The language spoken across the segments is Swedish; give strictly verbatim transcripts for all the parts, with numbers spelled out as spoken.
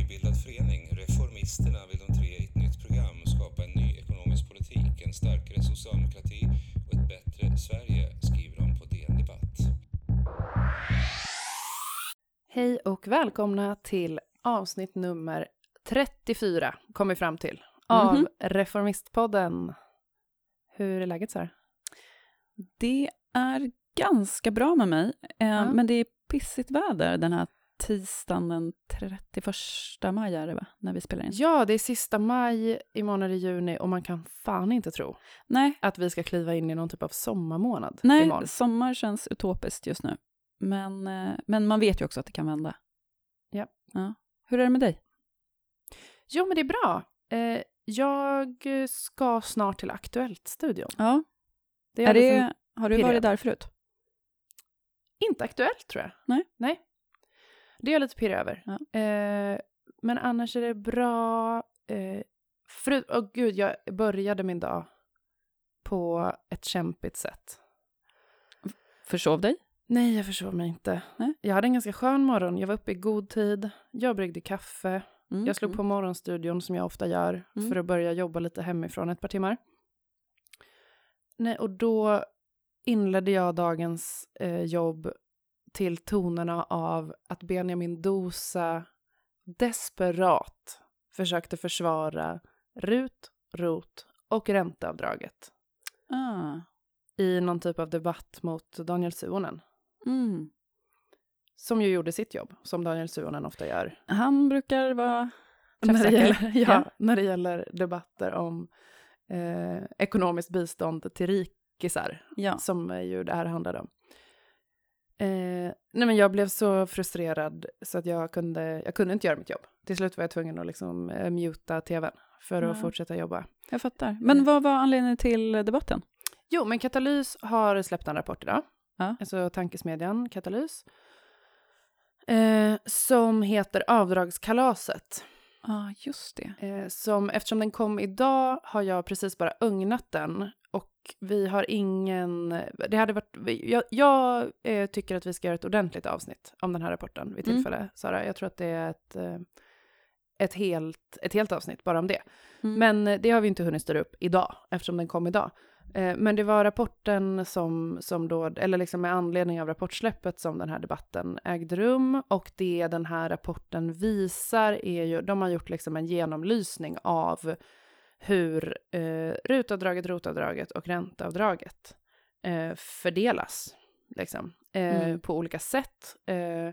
nybildad förening, Reformisterna, vill de tre i ett nytt program skapa en ny ekonomisk politik, en starkare socialdemokrati och ett bättre Sverige, skriver de på D N Debatt. Hej och välkomna till avsnitt nummer trettiofyra, kom vi fram till, av mm-hmm. Reformistpodden. Hur är läget så här? Det är ganska bra med mig, eh, ja. men det är pissigt väder den här tisdagen den trettioförsta maj är det va, när vi spelar in. Ja, det är sista maj, imorgon är det juni och man kan fan inte tro Nej. att vi ska kliva in i någon typ av sommarmånad. Nej, imorgon. Sommar känns utopiskt just nu. Men, eh, men man vet ju också att det kan vända. Ja. ja. Hur är det med dig? Jo, men det är bra. Eh, jag ska snart till Aktuellt-studion. Ja. Det är är det, har du varit där förut? Inte Aktuellt, tror jag. Nej. Nej. Det är jag lite pirrig över. Ja. Eh, men annars är det bra. Eh, förut, oh, gud, jag började min dag på ett kämpigt sätt. Försov dig? Nej, jag försov mig inte. Nej. Jag hade en ganska skön morgon. Jag var uppe i god tid. Jag bryggde kaffe. Mm. Jag slog på morgonstudion som jag ofta gör. Mm. För att börja jobba lite hemifrån ett par timmar. Nej, och då inledde jag dagens eh, jobb till tonerna av att Benjamin Dosa desperat försökte försvara RUT, ROT och ränteavdraget. Ah. I någon typ av debatt mot Daniel Suhonen. Mm. Som ju gjorde sitt jobb, som Daniel Suhonen ofta gör. Han brukar vara när det gäller, ja, ja. när det gäller debatter om eh, ekonomiskt bistånd till rikisar. Ja. Som ju det här handlade om. Eh, nej men jag blev så frustrerad så att jag kunde, jag kunde inte göra mitt jobb. Till slut var jag tvungen att liksom eh, muta tvn för att ja. fortsätta jobba. Jag fattar. Men mm. vad var anledningen till debatten? Jo, men Katalys har släppt en rapport idag. Ja. Alltså tankesmedjan Katalys. Eh, som heter Avdragskalaset. Ja, ah, just det. Eh, som, eftersom den kom idag har jag precis bara ugnat den. Och vi har ingen... Det hade varit, jag jag eh, tycker att vi ska göra ett ordentligt avsnitt om den här rapporten vid tillfälle, mm. Sara. Jag tror att det är ett, ett, helt, ett helt avsnitt bara om det. Mm. Men det har vi inte hunnit styra upp idag, eftersom den kom idag. Eh, men det var rapporten som, som då, eller liksom med anledning av rapportsläppet som den här debatten ägde rum. Och det den här rapporten visar är ju, de har gjort liksom en genomlysning av hur eh, rutavdraget, rotavdraget och ränteavdraget eh, fördelas liksom, eh, mm. på olika sätt. Eh,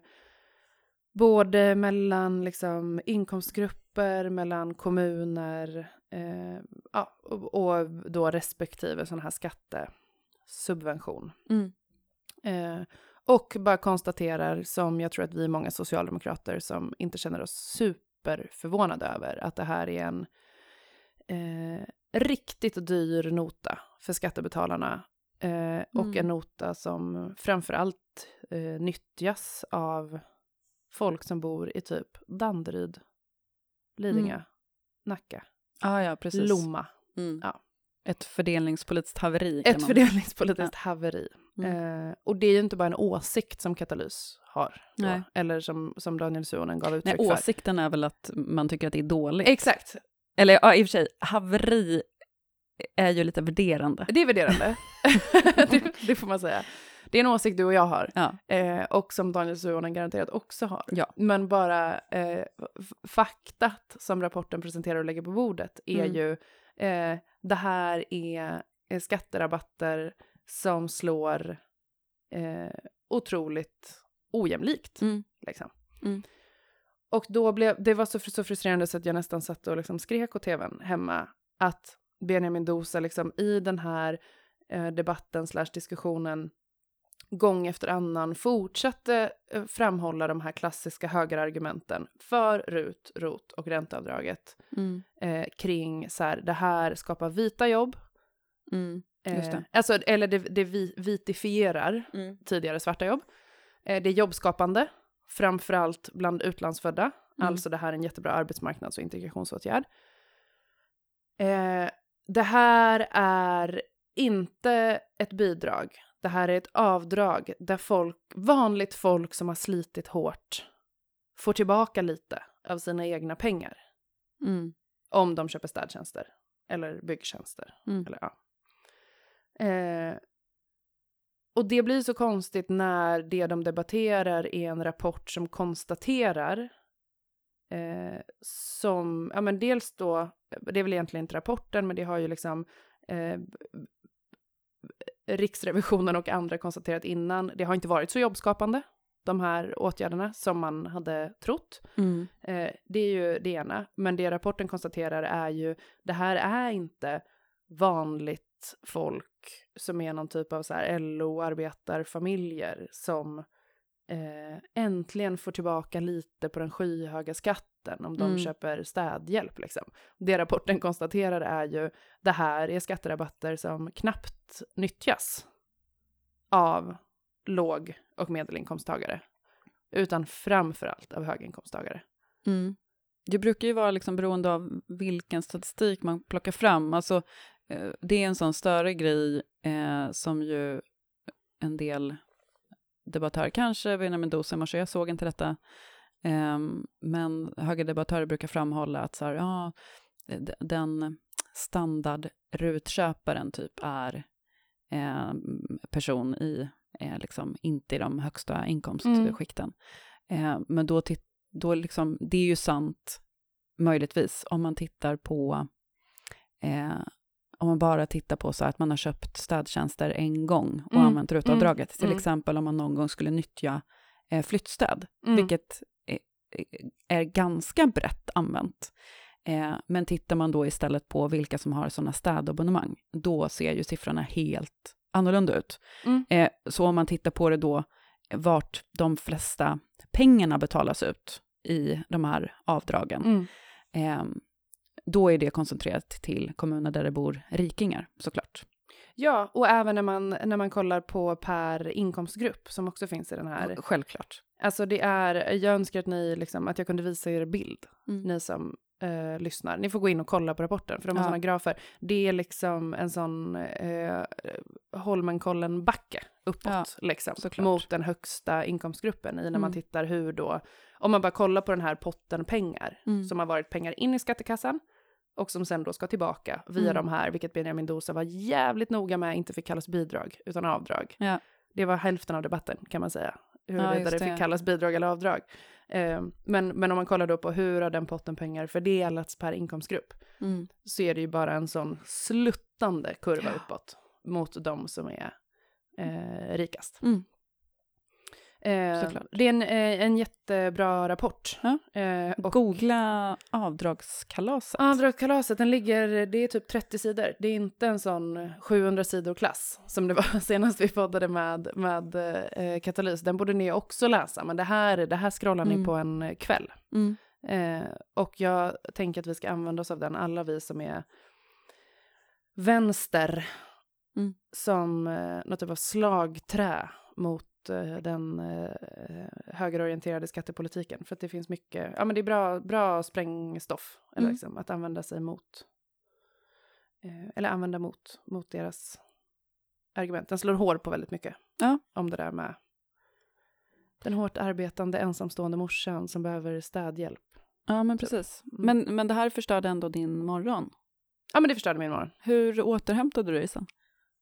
både mellan liksom, inkomstgrupper, mellan kommuner eh, ja, och, och då respektive sån här skattesubvention. Mm. Eh, och bara konstaterar, som jag tror att vi är många socialdemokrater som inte känner oss superförvånade över, att det här är en Eh, riktigt dyr nota för skattebetalarna eh, och mm. en nota som framförallt eh, nyttjas av folk som bor i typ Danderyd, Lidingö, mm. Nacka, ah, ja, precis. Lomma. Mm. Ja. Ett fördelningspolitiskt haveri. Ett man... fördelningspolitiskt ja. haveri. Mm. Eh, och det är ju inte bara en åsikt som Katalys har. Nej. Eller som, som Daniel Suhonen gav uttryck Nej, för. Åsikten är väl att man tycker att det är dåligt. Exakt. Eller ja, i och för sig, haveri är ju lite värderande. Det är värderande. det, det får man säga. Det är en åsikt du och jag har. Ja. Eh, och som Daniel Suhonen garanterat också har. Ja. Men bara eh, f- faktat som rapporten presenterar och lägger på bordet är mm. ju eh, det här är, är skatterabatter som slår eh, otroligt ojämlikt. Mm. Liksom. Mm. Och då blev, det var så, så frustrerande så att jag nästan satt och liksom skrek åt tvn hemma att Benjamin Dosa liksom i den här eh, debatten slash diskussionen gång efter annan fortsatte eh, framhålla de här klassiska högerargumenten för RUT, ROT och ränteavdraget mm. eh, kring så här, det här skapar vita jobb. Mm. Just det. Eh, alltså, eller det, det vi, vitifierar mm. tidigare svarta jobb. Eh, det är jobbskapande. Framförallt bland utlandsfödda. Mm. Alltså det här är en jättebra arbetsmarknads- och integrationsåtgärd. Eh, det här är inte ett bidrag. Det här är ett avdrag där folk, vanligt folk som har slitit hårt får tillbaka lite av sina egna pengar. Mm. Om de köper städtjänster eller byggtjänster. Mm. Eller, ja. eh, och det blir så konstigt när det de debatterar är en rapport som konstaterar eh, som, ja men dels då, det är väl egentligen inte rapporten, men det har ju liksom eh, Riksrevisionen och andra konstaterat innan, det har inte varit så jobbskapande, de här åtgärderna, som man hade trott. Mm. Eh, det är ju det ena. Men det rapporten konstaterar är ju, det här är inte vanligt folk som är någon typ av så här L O-arbetarfamiljer som eh, äntligen får tillbaka lite på den skyhöga skatten om de Mm. köper städhjälp. Liksom. Det rapporten konstaterar är ju, det här är skatterabatter som knappt nyttjas av låg- och medelinkomsttagare, utan framförallt av höginkomsttagare. Mm. Det brukar ju vara liksom beroende av vilken statistik man plockar fram. Alltså, eh, det är en sån större grej eh, som ju en del debattörer, kanske Benjamin Mendoza i morse, jag såg inte detta, eh, men högerdebattörer brukar framhålla att så här, ja, d- den standard rutköparen typ är eh, person i eh, liksom inte i de högsta inkomstskikten. Mm. Eh, men då, tit- då liksom, det är ju sant möjligtvis om man tittar på eh, om man bara tittar på så att man har köpt städtjänster en gång och mm. använt rutavdraget. Mm. Till mm. exempel om man någon gång skulle nyttja eh, flyttstöd, Mm. vilket är, är ganska brett använt. Eh, men tittar man då istället på vilka som har sådana städabonnemang, då ser ju siffrorna helt annorlunda ut. Mm. Eh, så om man tittar på det då, vart de flesta pengarna betalas ut i de här avdragen, Mm. eh, då är det koncentrerat till kommuner där det bor rikingar, såklart. Ja, och även när man, när man kollar på per inkomstgrupp som också finns i den här. Självklart. Alltså det är, jag önskar att ni liksom, att jag kunde visa er bild, Mm. ni som eh, lyssnar. Ni får gå in och kolla på rapporten, för de har Ja. sådana grafer. Det är liksom en sån eh, Holmenkollen-backe uppåt, Ja, liksom, såklart. mot den högsta inkomstgruppen i när Mm. man tittar hur då, om man bara kollar på den här potten pengar, Mm. som har varit pengar in i skattekassan, och som sen då ska tillbaka via Mm. de här, vilket Benjamin Mendoza var jävligt noga med, inte fick kallas bidrag, utan avdrag. Ja. Det var hälften av debatten, kan man säga. Ja, Huruvida just det det. fick kallas bidrag eller avdrag. Eh, men, men om man kollar då på hur har den potten pengar fördelats per inkomstgrupp, Mm. så är det ju bara en sån sluttande kurva uppåt mot de som är eh, rikast. Mm. Eh, Såklart. det är en, eh, en jättebra rapport. Ja. Eh, och Googla avdragskalaset. avdragskalaset, den ligger, det är typ trettio sidor. Det är inte en sån sjuhundra sidor klass som det var senast vi poddade med, med eh, Katalys. Den borde ni också läsa, men det här, det här scrollar ni Mm. på en kväll. Mm. Eh, och jag tänker att vi ska använda oss av den, alla vi som är vänster, Mm. som eh, något typ av slagträ mot eh, den eh, högerorienterade skattepolitiken. För att det finns mycket, ja men det är bra, bra sprängstoff eller Mm. liksom, att använda sig mot, eh, eller använda mot, mot deras argument. Den slår hår på väldigt mycket. Ja. Om det där med den hårt arbetande ensamstående morsan som behöver städhjälp. Ja, men precis. Mm. Men, men det här förstörde ändå din morgon. Ja, men det förstörde min morgon. Hur återhämtade du dig sen?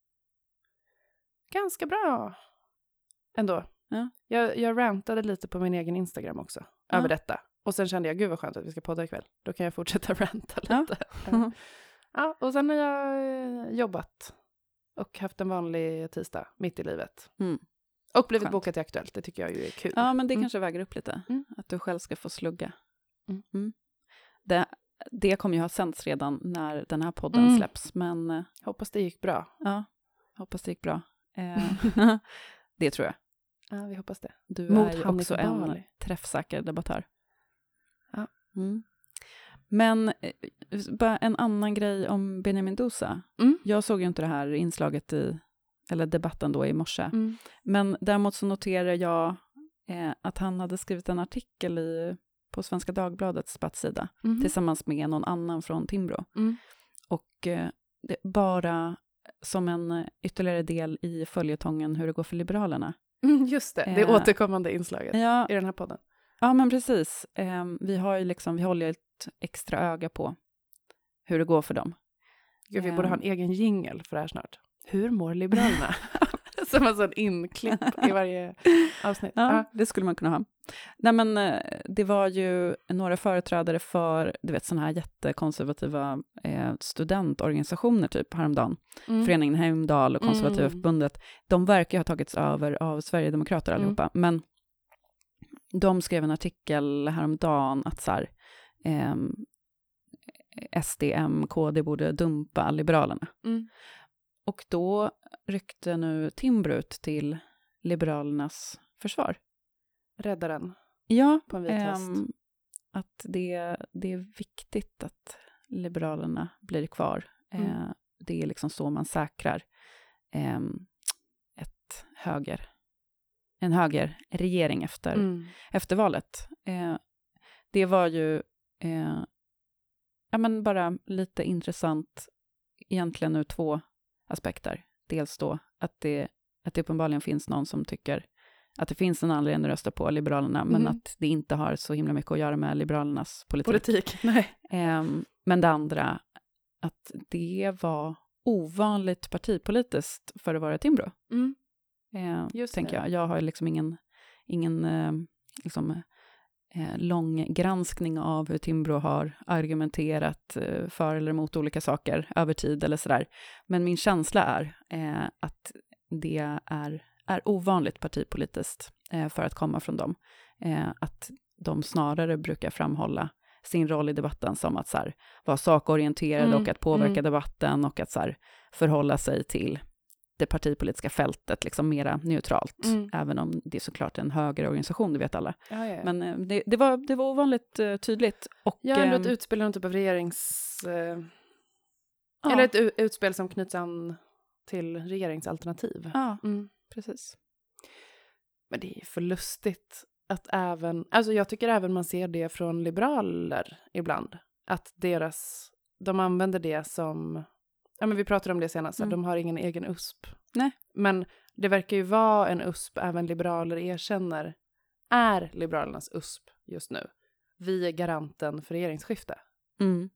Ganska bra ändå. Ja. Jag, jag rantade lite på min egen Instagram också Ja. över detta. Och sen kände jag, gud vad skönt att vi ska podda ikväll. Då kan jag fortsätta ranta Ja. lite. Mhm. Ja, och sen har jag eh, jobbat och haft en vanlig tisdag mitt i livet. Mm. Och blivit Skönt. bokad till Aktuellt, det tycker jag ju är kul. Ja, men det Mm. kanske väger upp lite. Mm. Att du själv ska få slugga. Mm. Mm. Det, det kommer ju ha sänts redan när den här podden Mm. släpps. Men eh, Hoppas det gick bra. ja, hoppas det gick bra. Eh, det tror jag. Ja, vi hoppas det. Du Mot är ju Hanif också en Bali. träffsäker debattör. Ja. Mm. Men eh, bara en annan grej om Benjamin Mendoza. Mm. Jag såg ju inte det här inslaget i, eller debatten då i morse. Mm. Men däremot så noterar jag eh, att han hade skrivit en artikel i, på Svenska Dagbladets debattsida Mhm. tillsammans med någon annan från Timbro. Mm. Och eh, det, bara som en ytterligare del i följetongen hur det går för Liberalerna. Mm, just det, det Eh. återkommande inslaget Ja, i den här podden. Ja, men precis. Eh, vi har ju liksom, vi håller ett extra öga på hur det går för dem. Gud, vi borde ha en egen jingle för det här snart. Hur mår Liberalerna? Som en sån inklipp i varje avsnitt. Ja, Ja. det skulle man kunna ha. Nej, men det var ju några företrädare för, du vet, sådana här jättekonservativa eh, studentorganisationer typ häromdagen. Mm. Föreningen Heimdal och Konservativa Mm. förbundet. De verkar ha tagits över av Sverigedemokrater allihopa. Mm. Men de skrev en artikel häromdagen att så här, eh, S D M, K D borde dumpa Liberalerna. Mm. Och då ryckte nu Timbro ut till Liberalernas försvar. Räddaren Ja, på en vit häst. ehm, att det, det är viktigt att Liberalerna blir kvar. Mm. Eh, det är liksom så man säkrar eh, ett höger, en högerregering efter, Mm. efter valet. Eh, det var ju eh, ja, men bara lite intressant egentligen ur två aspekter. Dels då att det, att det uppenbarligen finns någon som tycker att det finns en anledning att rösta på Liberalerna, men Mm. att det inte har så himla mycket att göra med Liberalernas politik. Politik, nej. Um, men det andra, att det var ovanligt partipolitiskt för att vara Timbro. Mm. Uh, Just tänker det. jag. Jag har liksom ingen, ingen uh, liksom, uh, lång granskning av hur Timbro har argumenterat uh, för eller emot olika saker över tid eller sådär. Men min känsla är uh, att det är är ovanligt partipolitiskt eh, för att komma från dem. Eh, att de snarare brukar framhålla sin roll i debatten som att så här, vara sakorienterad Mm, och att påverka mm. debatten och att så här, förhålla sig till det partipolitiska fältet liksom mera neutralt. Mm. Även om det är såklart en högerorganisation, det vet alla. Ja, ja, ja. Men eh, det, det, var, det var ovanligt eh, tydligt. Och, Ja, ändå ett ehm, utspel, någon typ av regerings... Eh, ja, Eller ett u- utspel som knyts an till regeringsalternativ. ja, Mm. precis. Men det är för lustigt att även... Alltså jag tycker även man ser det från liberaler ibland. Att deras... De använder det som... Ja, men vi pratade om det senast. Mm. De har ingen egen U S P. Nej. Men det verkar ju vara en U S P även liberaler erkänner är Liberalernas U S P just nu. Vi är garanten för regeringsskifte. Mm.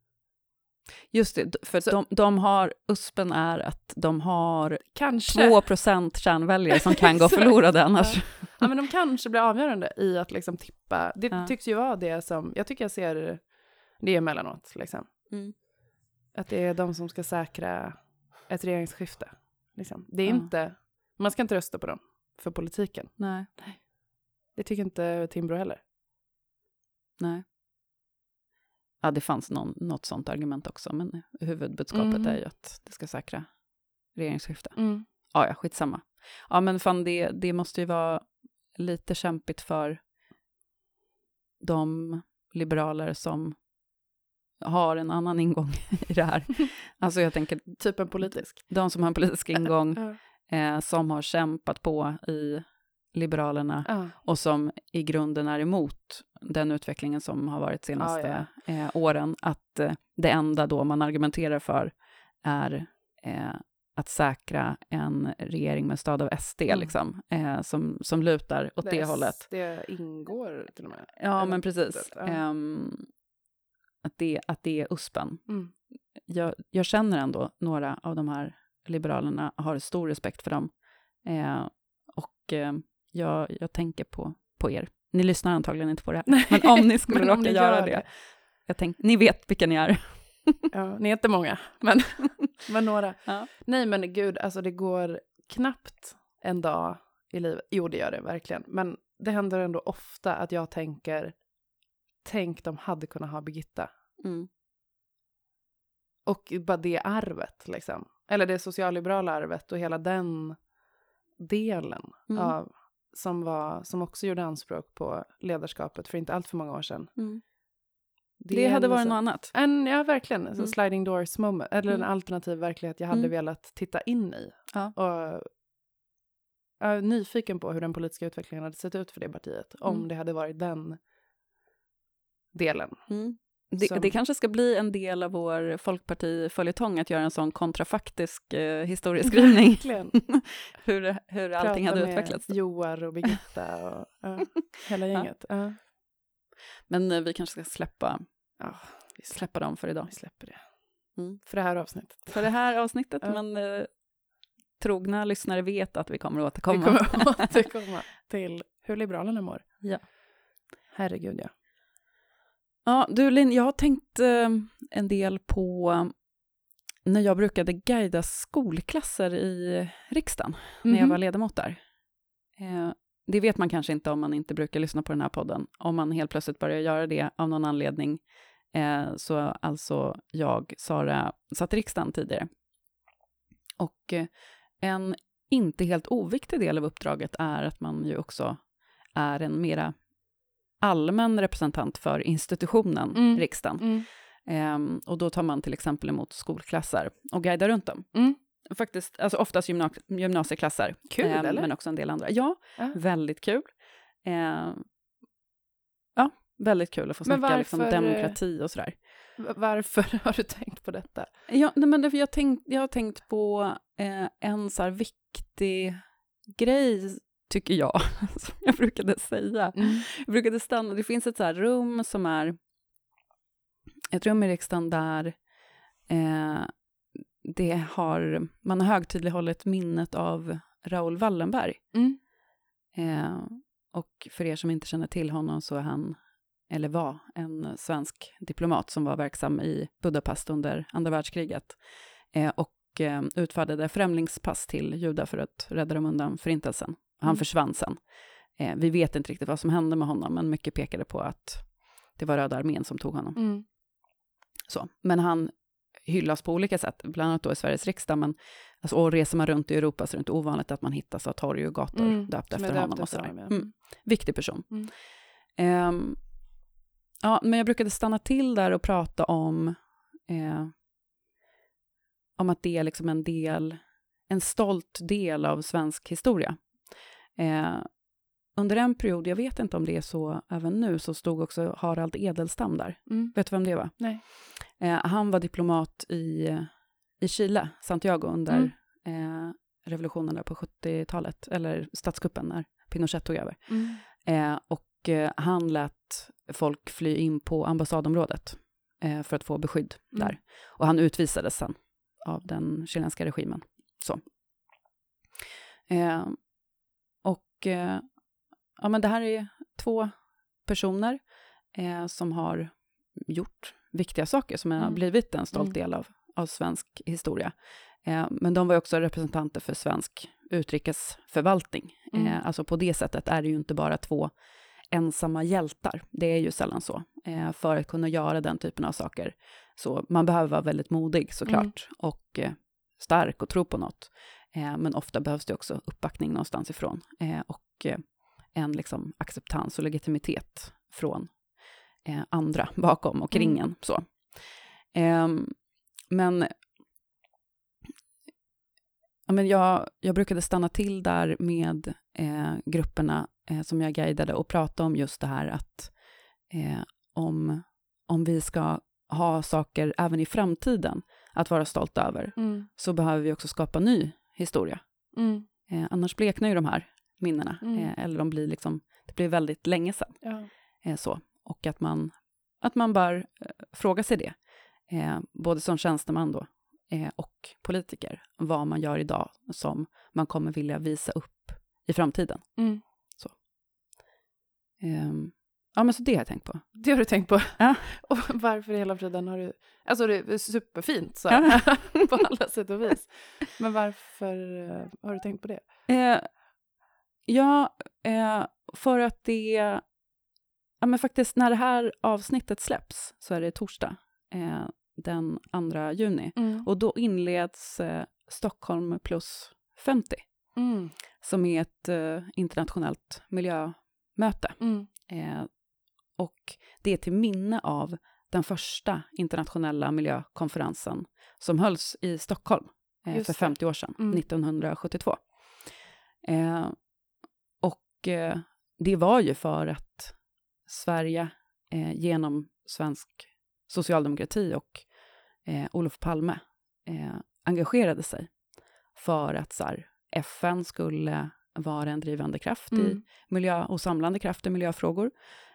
Just det, för Så- de, de har, U S P:en är att de har Kanske. två procent kärnväljare som kan gå Exakt. förlorade annars. Ja. Ja, men de kanske blir avgörande i att liksom tippa. Det Ja. tycks ju vara det som... Jag tycker jag ser det emellanåt. Liksom. Mm. Att det är de som ska säkra ett regeringsskifte. Liksom. Det är Ja. inte... Man ska inte rösta på dem för politiken. Nej, Det tycker inte Timbro heller. nej. Ja, det fanns någon, något sånt argument också, men huvudbudskapet Mm. är ju att det ska säkra regeringsskifte. Mm. Ja, ja, skitsamma. Ja, men fan, det, det måste ju vara lite kämpigt för de liberaler som har en annan ingång i det här. Alltså jag tänker, Typ en politisk. de som har en politisk ingång, Ja. eh, som har kämpat på i Liberalerna Ja. och som i grunden är emot den utvecklingen som har varit senaste Ja, Eh, åren, att eh, det enda då man argumenterar för är eh, att säkra en regering med stöd av S D Mm. liksom, eh, som, som lutar åt det, hållet. Det ingår till och med. Ja, Eller men precis. sätt, ja. Ehm, att, det, att det är U S P:en. Mm. Jag, jag känner ändå några av de här liberalerna, har stor respekt för dem. Eh, och eh, jag, jag tänker på, på er. Ni lyssnar antagligen inte på det här. Nej, Men om ni skulle men om råka ni göra gör det. det. Jag tänk, ni vet vilka ni är. Ja, ni är inte många, men, men några. Ja. Nej, men gud, alltså det går knappt en dag i livet. Jo, det gör det verkligen. Men det händer ändå ofta att jag tänker, tänk de hade kunnat ha Birgitta. Mm. Och bara det arvet, liksom. Eller det socialliberala arvet och hela den delen Mm. av, som, var, som också gjorde anspråk på ledarskapet för inte allt för många år sedan. Mm. Det, Det är hade en varit så- något annat. En, ja, verkligen. En Mm. sliding doors moment. Eller en Mm. alternativ verklighet jag hade Mm. velat titta in i. Ja. Och jag är nyfiken på hur den politiska utvecklingen hade sett ut för det partiet. Om Mm. det hade varit den delen. Mm. Det, Som- det kanske ska bli en del av vår folkpartiföljetong att göra en sån kontrafaktisk eh, historieskrivning. Verkligen. hur, hur allting Prata hade med utvecklats. Joar och Birgitta och ja, hela gänget. Ja. Men eh, vi kanske ska släppa, Ja, vi släppa dem för idag. Vi släpper det. Mm. För det här avsnittet. För det här avsnittet, Ja. men eh, trogna lyssnare vet att vi kommer att återkomma. Vi kommer att återkomma till hur Liberalerna mår. Ja. Herregud, ja. Ja, du Linn, jag har tänkt eh, en del på eh, när jag brukade guida skolklasser i riksdagen, när jag Mhm. var ledamot där. Eh, det vet man kanske inte om man inte brukar lyssna på den här podden. Om man helt plötsligt börjar göra det av någon anledning, eh, så alltså jag, Sara, satt i riksdagen tidigare. Och eh, en inte helt oviktig del av uppdraget är att man ju också är en mera allmän representant för institutionen Mm. riksdagen. Mm. Ehm, och då tar man till exempel emot skolklasser och guidar runt dem. Mm. Faktiskt, alltså oftast gymna- gymnasieklasser. Kul, Ehm, eller? Men också en del andra. Ja, Ja. väldigt kul. Ehm, ja, väldigt kul att få Men snacka liksom, varför, demokrati och sådär. V- Varför har du tänkt på detta? Ja, nej, men därför jag, tänkt, jag har tänkt på eh, en så här viktig grej, tycker jag, som jag brukade säga. Mm. Jag brukade stanna, det finns ett så här rum som är ett rum i riksdagen där eh, det har, man har högtidlighållit minnet av Raoul Wallenberg. Mm. Eh, och för er som inte känner till honom så är han, eller var, en svensk diplomat som var verksam i Budapest under andra världskriget. Eh, och eh, utfärdade främlingspass till judar för att rädda dem undan förintelsen. Han Mm. försvann sen. Eh, vi vet inte riktigt vad som hände med honom, men mycket pekade på att det var Röda armén som tog honom. Mm. Så. Men han hyllas på olika sätt, bland annat då i Sveriges riksdag. Men, alltså, och reser man runt i Europa så är det inte ovanligt att man hittas av torg och gator Mm, döpta som är efter döpt honom. Och efter sådär. honom, ja. Mm. Viktig person. Mm. Ehm, ja, men jag brukade stanna till där och prata om, eh, om att det är liksom en del, en stolt del av svensk historia. Eh, under en period, jag vet inte om det är så även nu, så stod också Harald Edelstam där. Mm. Vet du vem det var? Nej. Eh, han var diplomat i, i Chile, Santiago, under Mm. eh, revolutionen där på sjuttiotalet, eller statskuppen när Pinochet tog över. Mm. Eh, och eh, han lät folk fly in på ambassadområdet eh, för att få beskydd Mm. där. Och han utvisades sen av den chilenska regimen. Så. Eh, och eh, ja, men det här är två personer eh, som har gjort viktiga saker som har Mm. blivit en stolt Mm. del av, av svensk historia. Eh, men de var ju också representanter för svensk utrikesförvaltning. Mm. Eh, alltså på det sättet är det ju inte bara två ensamma hjältar. Det är ju sällan så. Eh, för att kunna göra den typen av saker. Så man behöver vara väldigt modig såklart. Mm. Och eh, stark och tro på något. Eh, men ofta behövs det också uppbackning någonstans ifrån. Eh, och eh, en liksom acceptans och legitimitet från eh, andra bakom och kring Mm. en. Så. Eh, men ja, men jag, jag brukade stanna till där med eh, grupperna eh, som jag guidade och prata om just det här att eh, om, om vi ska ha saker även i framtiden att vara stolt över, Mm. så behöver vi också skapa ny historia. Mm. Eh, annars bleknar ju de här minnena. Mm. Eh, eller de blir liksom, det blir väldigt länge sedan. Ja. Eh, så. Och att man, att man bör eh, fråga sig det. Eh, både som tjänsteman då eh, och politiker. Vad man gör idag som man kommer vilja visa upp i framtiden. Mm. Eh, ja, men så det har jag tänkt på. Det har du tänkt på. Ja. Och varför i hela friden har du... Alltså det är superfint så Ja. på alla sätt och vis. Men varför eh, har du tänkt på det? Eh, ja, eh, för att det... Ja, men faktiskt när det här avsnittet släpps så är det torsdag. Eh, den andra juni. Mm. Och då inleds eh, Stockholm plus femtio. Mm. Som är ett eh, internationellt miljömöte. Mm. Eh, och det är till minne av den första internationella miljökonferensen som hölls i Stockholm eh, Just för det. femtio år sedan, Mm. nittonhundrasjuttiotvå. Eh, och eh, det var ju för att Sverige eh, genom svensk socialdemokrati och eh, Olof Palme eh, engagerade sig för att så här, F N skulle vara en drivande kraft i Mm. miljö och samlande kraft i miljöfrågor.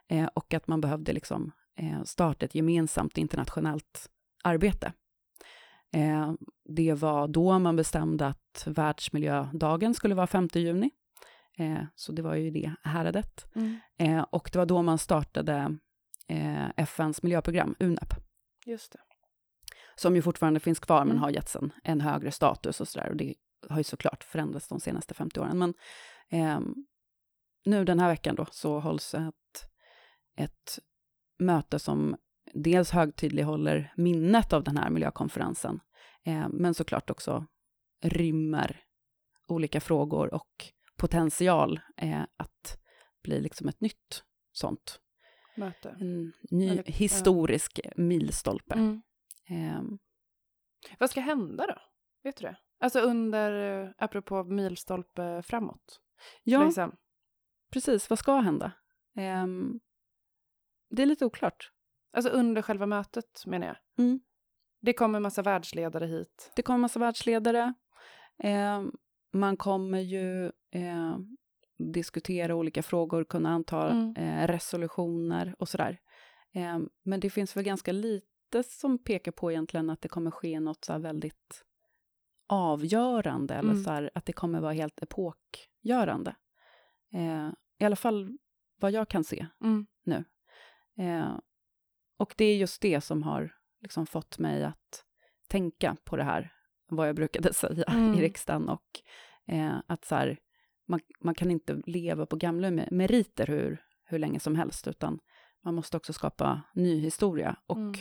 Eh, och att man behövde liksom eh, starta ett gemensamt internationellt arbete. Eh, det var då man bestämde att världsmiljödagen skulle vara femte juni. Eh, så det var ju det häradet. Mm. Eh, och det var då man startade eh, F N:s miljöprogram, U N E P. Just det. Som ju fortfarande finns kvar, men Mm. har getts en, en högre status och sådär. Och det har ju såklart förändrats de senaste femtio åren. Men eh, nu den här veckan då så hålls ett, ett möte som dels högtidlighåller minnet av den här miljökonferensen. Eh, men såklart också rymmer olika frågor och potential eh, att bli liksom ett nytt sånt. Möte. En ny Eller, historisk ja. milstolpe. Mm. Eh, Vad ska hända då? Vet du det? Alltså under, eh, apropå milstolpe framåt. ja, Liksom. precis. Vad ska hända? Eh, det är lite oklart. Alltså under själva mötet menar jag. Mm. Det kommer massa världsledare hit. Det kommer massa världsledare. Eh, man kommer ju eh, diskutera olika frågor, kunna anta Mm. eh, resolutioner och sådär. Eh, men det finns väl ganska lite som pekar på egentligen att det kommer ske något så här väldigt avgörande. Eller Mm. så här, att det kommer vara helt epokgörande. Eh, I alla fall vad jag kan se Mm. nu. Eh, och det är just det som har liksom fått mig att tänka på det här, vad jag brukade säga Mm. i riksdagen, och eh, att så här, man, man kan inte leva på gamla meriter hur, hur länge som helst, utan man måste också skapa ny historia. Och Mm.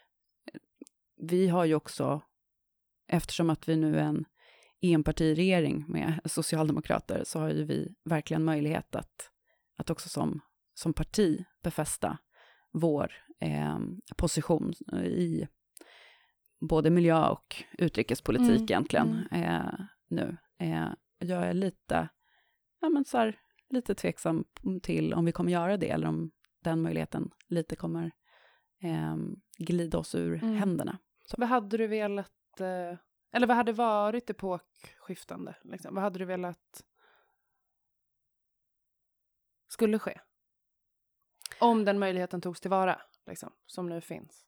vi har ju också, eftersom att vi nu är en enpartiregering med socialdemokrater, så har ju vi verkligen möjlighet att, att också som, som parti befästa vår eh, position i både miljö- och utrikespolitik Mm, egentligen eh, nu. Eh, jag är lite, ja, men så här, lite tveksam till om vi kommer göra det, eller om den möjligheten lite kommer eh, glida oss ur Mm. händerna. Så. Vad hade du velat, eh, eller vad hade varit epokskiftande? Liksom? Vad hade du velat skulle ske? Om den möjligheten togs tillvara, liksom, som nu finns.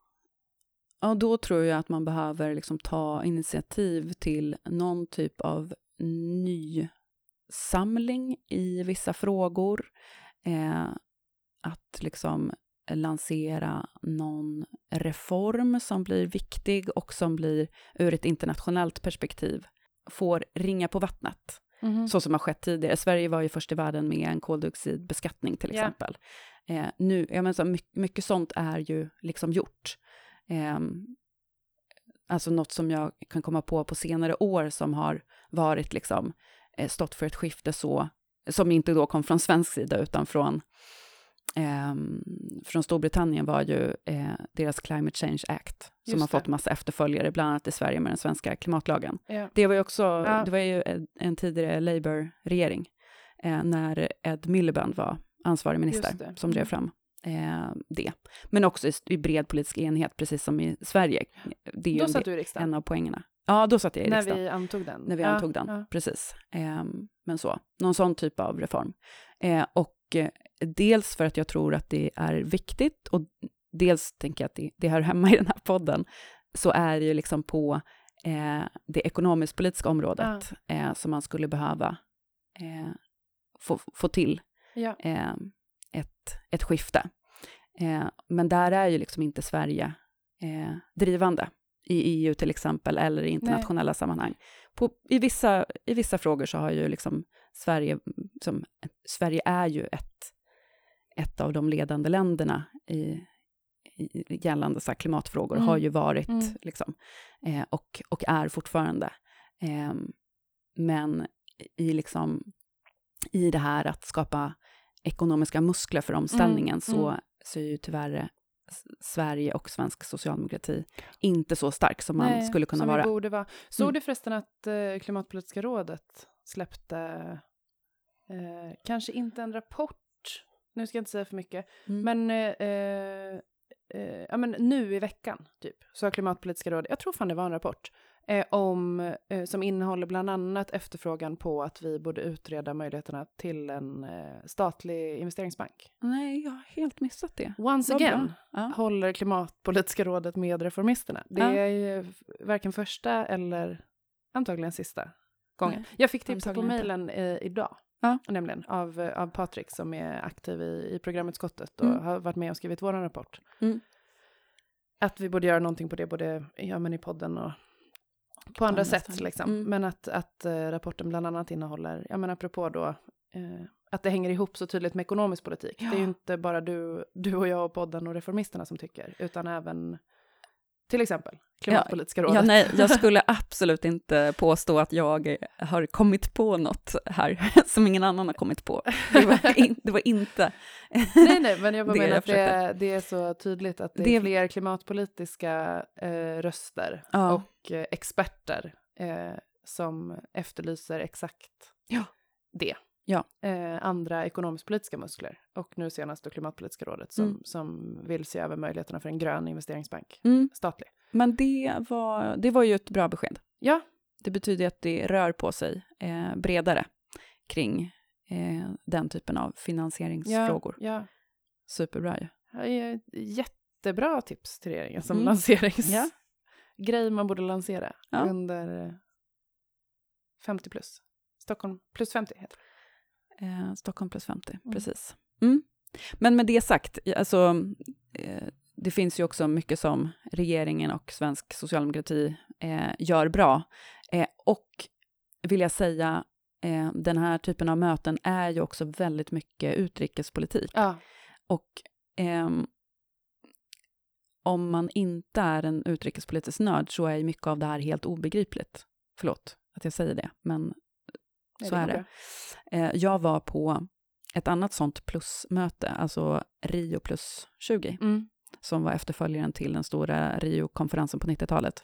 Ja, då tror jag att man behöver liksom ta initiativ till någon typ av ny samling i vissa frågor. Eh, att liksom lansera någon reform som blir viktig och som blir ur ett internationellt perspektiv får ringa på vattnet. Mm-hmm. Så som har skett tidigare. Sverige var ju först i världen med en koldioxidbeskattning till exempel. Yeah. Eh, nu, jag menar, så mycket, mycket sånt är ju liksom gjort. Eh, alltså något som jag kan komma på på senare år som har varit liksom eh, stått för ett skifte så, som inte då kom från svensk sida utan från eh, från Storbritannien, var ju eh, deras Climate Change Act som Just har det. fått massa efterföljare bland annat i Sverige med den svenska klimatlagen. Ja. Det var ju också, Ja. det var ju en, en tidigare Labour-regering eh, när Ed Miliband var ansvarig Just minister det. som drev Mm. fram eh, det. Men också i, i bred politisk enhet, precis som i Sverige. Det är ju Då en, satt del- du i riksdagen. en av poängerna. Ja, då satt jag i När riksdagen. vi antog den. När vi Ja, antog den, ja. precis. Eh, men så, någon sån typ av reform. Eh, och eh, dels för att jag tror att det är viktigt, och dels tänker jag att det, det hör hemma i den här podden, så är det ju liksom på eh, det ekonomisk-politiska området eh, som man skulle behöva eh, få, få till Ja. eh, ett, ett skifte. Eh, men där är ju liksom inte Sverige eh, drivande i E U till exempel, eller i internationella Nej. sammanhang. På, i, vissa, I vissa frågor så har ju liksom Sverige, som, Sverige är ju ett, ett av de ledande länderna i, i gällande så här klimatfrågor, Mm. har ju varit Mm. liksom, eh, och, och är fortfarande. Eh, men i, liksom, i det här att skapa ekonomiska muskler för omställningen Mm. så, Mm. så är ju tyvärr Sverige och svensk socialdemokrati inte så stark som man Nej, skulle kunna som vara. Vi borde vara. Såg Mm. du förresten att eh, Klimatpolitiska rådet släppte eh, kanske inte en rapport, nu ska jag inte säga för mycket, Mm. men, eh, eh, ja, men nu i veckan typ så har Klimatpolitiska rådet, jag tror fan det var en rapport, Eh, om, eh, som innehåller bland annat efterfrågan på att vi borde utreda möjligheterna till en eh, statlig investeringsbank. Nej, jag har helt missat det. Once Vad again ja. håller klimatpolitiska rådet med reformisterna. Det Ja. är ju varken första eller antagligen sista gången. Nej, jag fick tipsa på antagligen mejlen eh, idag. Ja. Nämligen av, av Patrik som är aktiv i, i programutskottet och Mm. har varit med och skrivit vår rapport. Mm. Att vi borde göra någonting på det både ja, men i podden och på andra sätt. ställen. Liksom. Mm. Men att, att uh, rapporten bland annat innehåller, jag menar apropå då, uh, att det hänger ihop så tydligt med ekonomisk politik. Ja. Det är ju inte bara du, du och jag och podden och reformisterna som tycker, utan även till exempel klimatpolitiska rådet. Ja, nej, jag skulle absolut inte påstå att jag har kommit på något här som ingen annan har kommit på. Det var, in, det var inte nej, nej, men jag bara det menar jag att det, det är så tydligt att det, Det- är fler klimatpolitiska eh, röster Ja. och eh, experter eh, som efterlyser exakt Ja. det. Ja. Eh, andra ekonomisk-politiska muskler. Och nu senast då klimatpolitiska rådet som, Mm. som vill se över möjligheterna för en grön investeringsbank. Mm. Statlig. Men det var, det var ju ett bra besked. Ja. Det betyder att det rör på sig eh, bredare kring eh, den typen av finansieringsfrågor. Ja, ja. Superbra ju. Ja, ja, jättebra tips till regeringen som Mm. lanserings... Ja. grej man borde lansera Ja. under eh, femtio plus. Stockholm plus femtio heter det. Eh, Stockholm plus femtio, Mm. precis. Mm. Men med det sagt, alltså, eh, det finns ju också mycket som regeringen och svensk socialdemokrati eh, gör bra. Eh, och vill jag säga, eh, den här typen av möten är ju också väldigt mycket utrikespolitik. Ja. Och ehm, om man inte är en utrikespolitisk nörd så är ju mycket av det här helt obegripligt. Förlåt att jag säger det, men Nej, så det är går det. bra. Eh, jag var på ett annat sånt plusmöte, alltså Rio plus tjugo, Mm. som var efterföljaren till den stora Rio-konferensen på nittiotalet.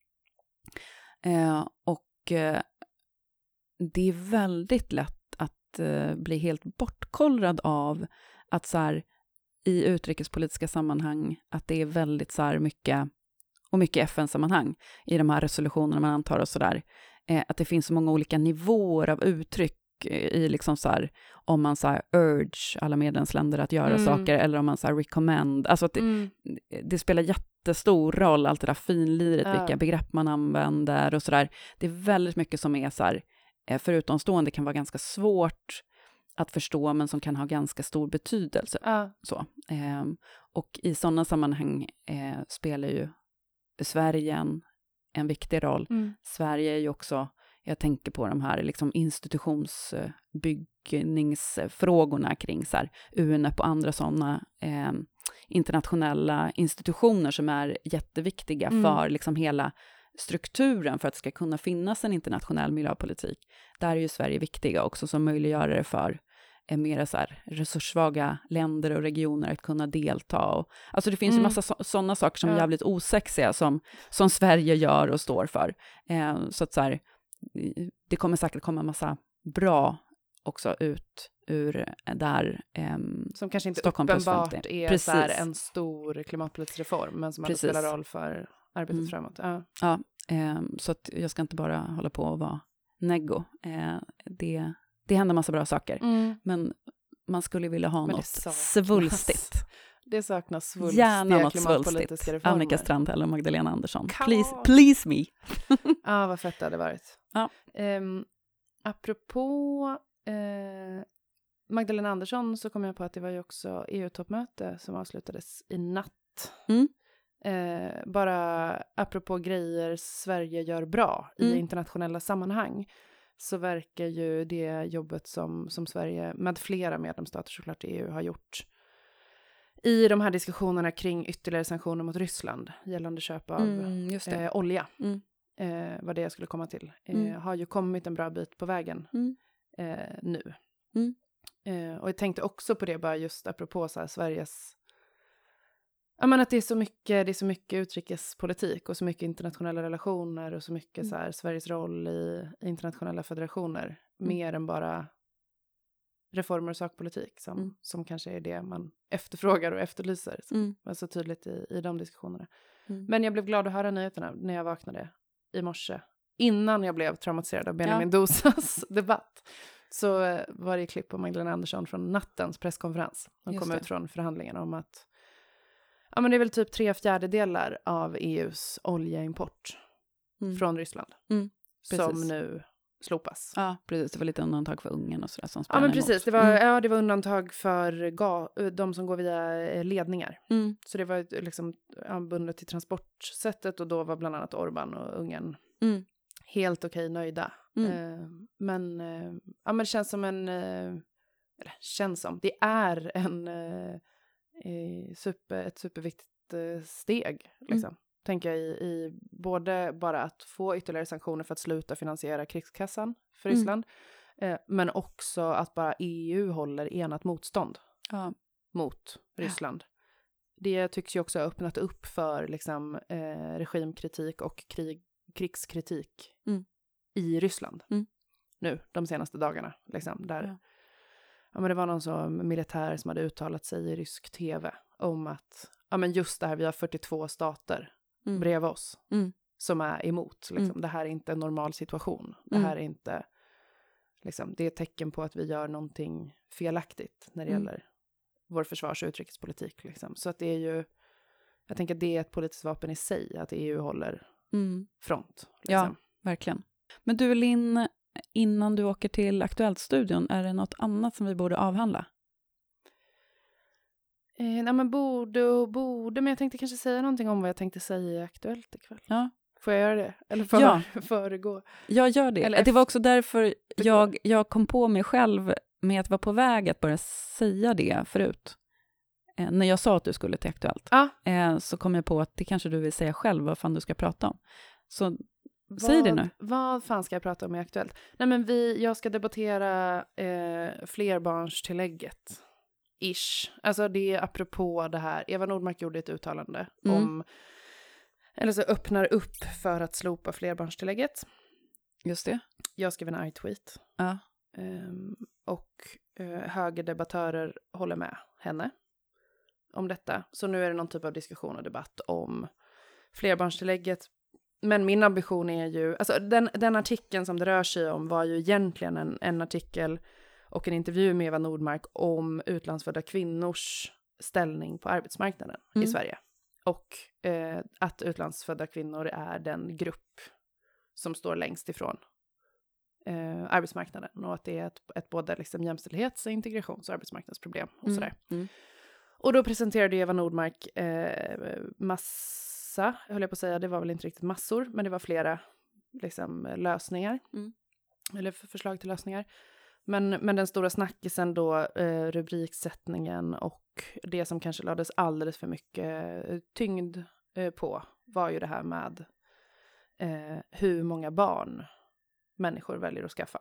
Eh, och eh, det är väldigt lätt att eh, bli helt bortkollrad av att så här, i utrikespolitiska sammanhang, att det är väldigt så här mycket, och mycket F N-sammanhang i de här resolutionerna man antar och sådär, eh, att det finns så många olika nivåer av uttryck i liksom så här, om man så här urge alla medlemsländer att göra Mm. saker, eller om man så här recommend, alltså att det, Mm. det spelar jättestor roll, allt det där finliret, Ja. vilka begrepp man använder och sådär. Det är väldigt mycket som är så här, eh, för utomstående kan vara ganska svårt att förstå, men som kan ha ganska stor betydelse. Ja. Så. Eh, och i sådana sammanhang eh, spelar ju Sverige en, en viktig roll. Mm. Sverige är ju också, jag tänker på de här liksom institutionsbyggningsfrågorna kring så här, U N E P och andra sådana eh, internationella institutioner som är jätteviktiga Mm. för liksom hela strukturen för att det ska kunna finnas en internationell miljöpolitik. Där är ju Sverige viktiga också som möjliggörare för eh, mera så här resurssvaga länder och regioner att kunna delta. Och, alltså det finns Mm. ju massa så, sådana saker som Ja. är jävligt osexiga som, som Sverige gör och står för. Eh, så att så här, det kommer säkert komma en massa bra också ut ur där. ehm, Som kanske inte Stockholm plus uppenbart femtio. är Precis. så här en stor klimatpolitisk reform, men som ändå Precis. spelar roll för arbetet Mm. framåt. Ja. Ja, ehm, så att jag ska inte bara hålla på och vara neggo. Eh, det, det händer massa bra saker. Mm. Men man skulle vilja ha Men det något saknas. svulstigt. Det saknas svulstiga Gärna något klimatpolitiska svulstigt. reformer. Annika Strandhäll och Magdalena Andersson. Come Please, on. please me. Ja, vad fett det hade varit. Ja. Um, apropå eh, Magdalena Andersson så kom jag på att det var ju också E U-toppmöte som avslutades i natt. Mm. Eh, bara apropå grejer Sverige gör bra Mm. i internationella sammanhang så verkar ju det jobbet som, som Sverige med flera medlemsstater såklart i E U har gjort i de här diskussionerna kring ytterligare sanktioner mot Ryssland gällande köp av Mm, just det. eh, olja. Mm. Eh, vad det jag skulle komma till. Eh, Mm. har ju kommit en bra bit på vägen Mm. eh, nu. Mm. Eh, och jag tänkte också på det bara just apropå så här, Sveriges... Ja, men att det är så mycket, det är så mycket utrikespolitik och så mycket internationella relationer och så mycket Mm. så här, Sveriges roll i, i internationella federationer. Mm. Mer än bara reformer och sakpolitik som, Mm. som kanske är det man efterfrågar och efterlyser. Som Mm. var så tydligt i, i de diskussionerna. Mm. Men jag blev glad att höra nyheterna när jag vaknade i morse, innan jag blev traumatiserad av Benjamin Ja. Dosas debatt, så eh, var det klipp på Magdalena Andersson från nattens presskonferens. De Just kom det. ut från förhandlingarna om att ja, men det är väl typ tre fjärdedelar av E U:s oljeimport Mm. från Ryssland Mm, som precis. nu slopas. Ja, precis. Det var lite undantag för Ungern och sådär som Ja, spänner men emot. precis. Det var, Mm. ja, det var undantag för ga- de som går via eh, ledningar. Mm. Så det var ju liksom ja, bundet till transportsättet, och då var bland annat Orban och Ungern Mm. helt okej nöjda. Mm. Eh, men, eh, ja, men det känns som en, eh, eller känns som, det är en eh, eh, super, ett superviktigt eh, steg, liksom. Mm. Tänker jag i, i både bara att få ytterligare sanktioner för att sluta finansiera krigskassan för Mm. Ryssland, eh, men också att bara E U håller enat motstånd Ja. mot Ryssland. Det tycks ju också ha öppnat upp för liksom, eh, regimkritik och krig, krigskritik Mm. i Ryssland. Mm. Nu, de senaste dagarna. Liksom, där, Ja. ja, men det var någon som militär som hade uttalat sig i rysk tv om att ja, men just det här, vi har fyrtiotvå stater Mm. bredvid oss Mm. som är emot. Liksom. Mm. Det här är inte en normal situation. Det Mm. här är inte, liksom, det är ett tecken på att vi gör någonting felaktigt när det Mm. gäller vår försvars- och utrikespolitik. Liksom. Så att det är ju, jag tänker att det är ett politiskt vapen i sig, att E U håller Mm. front. Ja, Liksom. verkligen. Men du Linn, innan du åker till Aktuellt-studion, är det något annat som vi borde avhandla? Eh, nej men borde och borde, men jag tänkte kanske säga någonting om vad jag tänkte säga i Aktuellt ikväll. Ja, Får jag göra det? Eller för, Ja. föregå? jag gör det. Eller Det var också därför jag, jag kom på mig själv med att vara på väg att börja säga det förut. Eh, när jag sa att du skulle till Aktuellt, Ja. eh, så kom jag på att det kanske du vill säga själv vad fan du ska prata om. Så säg det nu. Vad fan ska jag prata om i Aktuellt? Nej men vi, jag ska debattera eh, flerbarnstillägget. Ish. Alltså det är apropå det här. Eva Nordmark gjorde ett uttalande Mm. om, eller så öppnar upp för att slopa flerbarnstillägget. Just det. Jag skrev en arg tweet. Ja. Um, och uh, högerdebattörer håller med henne om detta. Så nu är det någon typ av diskussion och debatt om flerbarnstillägget. Men min ambition är ju, alltså den, den artikeln som det rör sig om var ju egentligen en, en artikel och en intervju med Eva Nordmark om utlandsfödda kvinnors ställning på arbetsmarknaden Mm. i Sverige. Och eh, att utlandsfödda kvinnor är den grupp som står längst ifrån eh, arbetsmarknaden. Och att det är ett, ett både liksom jämställdhets-, integrations- och arbetsmarknadsproblem. Och, Mm. sådär. Mm. Och då presenterade Eva Nordmark eh, massa, höll jag på att säga, det var väl inte riktigt massor, men det var flera liksom, lösningar. Mm. Eller för förslag till lösningar. Men, men den stora snackisen då, eh, rubriksättningen och det som kanske lades alldeles för mycket eh, tyngd eh, på var ju det här med eh, hur många barn människor väljer att skaffa.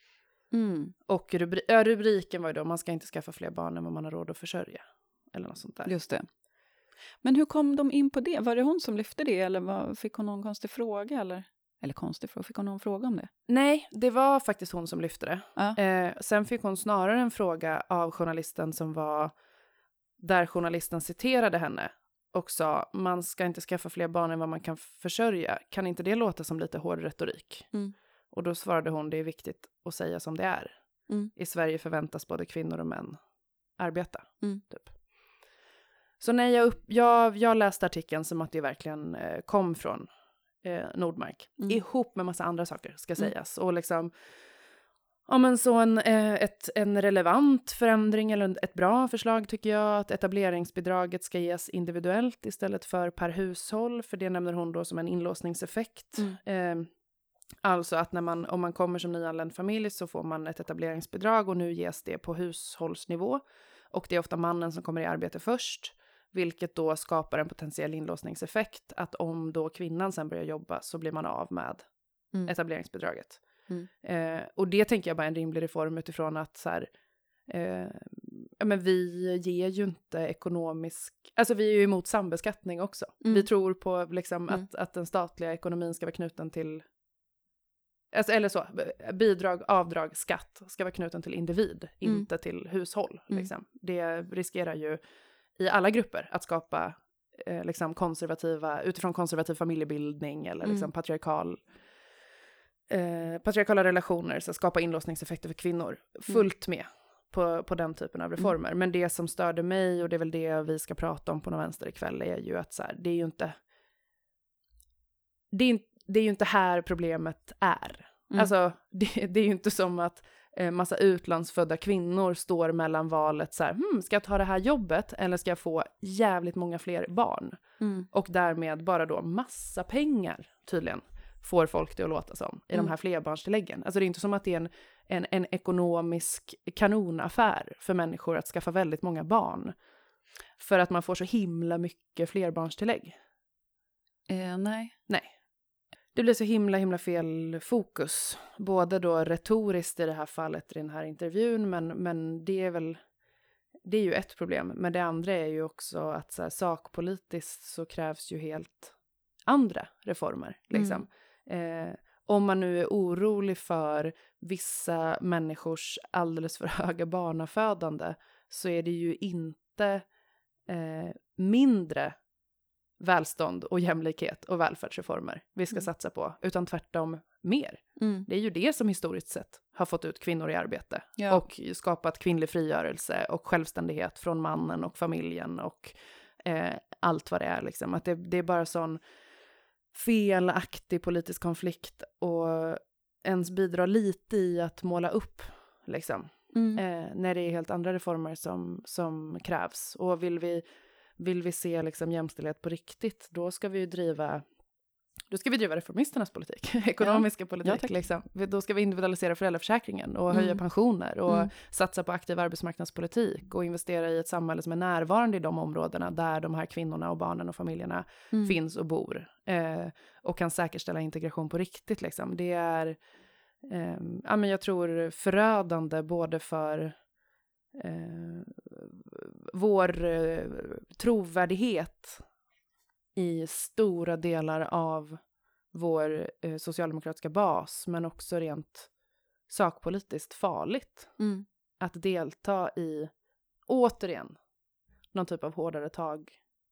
Mm. Och rubri- ja, rubriken var ju då, man ska inte skaffa fler barn än vad man har råd att försörja. Eller något sånt där. Just det. Men hur kom de in på det? Var det hon som lyfte det? Eller var, fick hon någon konstig fråga? Eller, eller konstig fråga, fick hon någon fråga om det? Nej, det var faktiskt hon som lyfte det. Ja. Eh, sen fick hon snarare en fråga av journalisten som var, där journalisten citerade henne och sa, man ska inte skaffa fler barn än vad man kan försörja. Kan inte det låta som lite hård retorik? Mm. Och då svarade hon, det är viktigt att säga som det är. Mm. I Sverige förväntas både kvinnor och män arbeta. Mm. Typ. Så när jag, upp, jag, jag läste artikeln som att det verkligen eh, kom från eh, Nordmark. Mm. Ihop med massa andra saker, ska Mm. sägas. Och liksom, ja men så en, eh, ett, en relevant förändring eller ett bra förslag tycker jag, att etableringsbidraget ska ges individuellt istället för per hushåll. För det nämner hon då som en inlåsningseffekt. Mm. Eh, Alltså att när man, om man kommer som nyanländ familj så får man ett etableringsbidrag och nu ges det på hushållsnivå. Och det är ofta mannen som kommer i arbete först, vilket då skapar en potentiell inlåsningseffekt. Att om då kvinnan sen börjar jobba så blir man av med Mm. etableringsbidraget. Mm. Eh, och det tänker jag bara är en rimlig reform utifrån att så här, eh, ja, men vi ger ju inte ekonomisk, alltså vi är ju emot sambeskattning också. Mm. Vi tror på liksom Mm. att, att den statliga ekonomin ska vara knuten till, alltså, eller så, bidrag, avdrag, skatt ska vara knuten till individ, Mm. inte till hushåll. Mm. Liksom. Det riskerar ju i alla grupper att skapa eh, liksom konservativa, utifrån konservativ familjebildning eller liksom Mm. patriarkal eh, patriarkala relationer, så skapa inlåsningseffekter för kvinnor. Fullt med på, på den typen av reformer. Mm. Men det som störde mig, och det är väl det vi ska prata om på någon vänster ikväll, är ju att så här, det är ju inte det är, det är ju inte här problemet är. Mm. Alltså, det, det är ju inte som att eh, massa utlandsfödda kvinnor står mellan valet så här, hmm, ska jag ta det här jobbet eller ska jag få jävligt många fler barn? Mm. Och därmed bara då massa pengar, tydligen, får folk det att låta som i mm. de här flerbarnstilläggen. Alltså det är inte som att det är en, en, en ekonomisk kanonaffär för människor att skaffa väldigt många barn. För att man får så himla mycket flerbarnstillägg. Eh, nej. Nej. Det blir så himla himla fel fokus. Både då retoriskt i det här fallet i den här intervjun. Men, men det är väl, det är ju ett problem. Men det andra är ju också att så här, sakpolitiskt så krävs ju helt andra reformer. Liksom. Mm. Eh, om man nu är orolig för vissa människors alldeles för höga barnafödande, så är det ju inte eh, mindre välstånd och jämlikhet och välfärdsreformer vi ska mm. satsa på, utan tvärtom mer. Mm. Det är ju det som historiskt sett har fått ut kvinnor i arbete ja. Och skapat kvinnlig frigörelse och självständighet från mannen och familjen och eh, allt vad det är. Liksom. Att det, det är bara sån felaktig politisk konflikt och ens bidra lite i att måla upp liksom. Mm. Eh, när det är helt andra reformer som, som krävs. Och vill vi Vill vi se liksom jämställdhet på riktigt, då ska vi ju driva, då ska vi driva reformisternas politik, ekonomiska ja. politik. Ja, liksom. Då ska vi individualisera föräldraförsäkringen och höja mm. pensioner och mm. satsa på aktiv arbetsmarknadspolitik och investera i ett samhälle som är närvarande i de områdena där de här kvinnorna och barnen och familjerna mm. finns och bor. Eh, och kan säkerställa integration på riktigt. Liksom. Det är, eh, ja, men jag tror, förödande både för Eh, vår eh, trovärdighet i stora delar av vår eh, socialdemokratiska bas, men också rent sakpolitiskt farligt mm. att delta i, återigen, någon typ av hårdare tag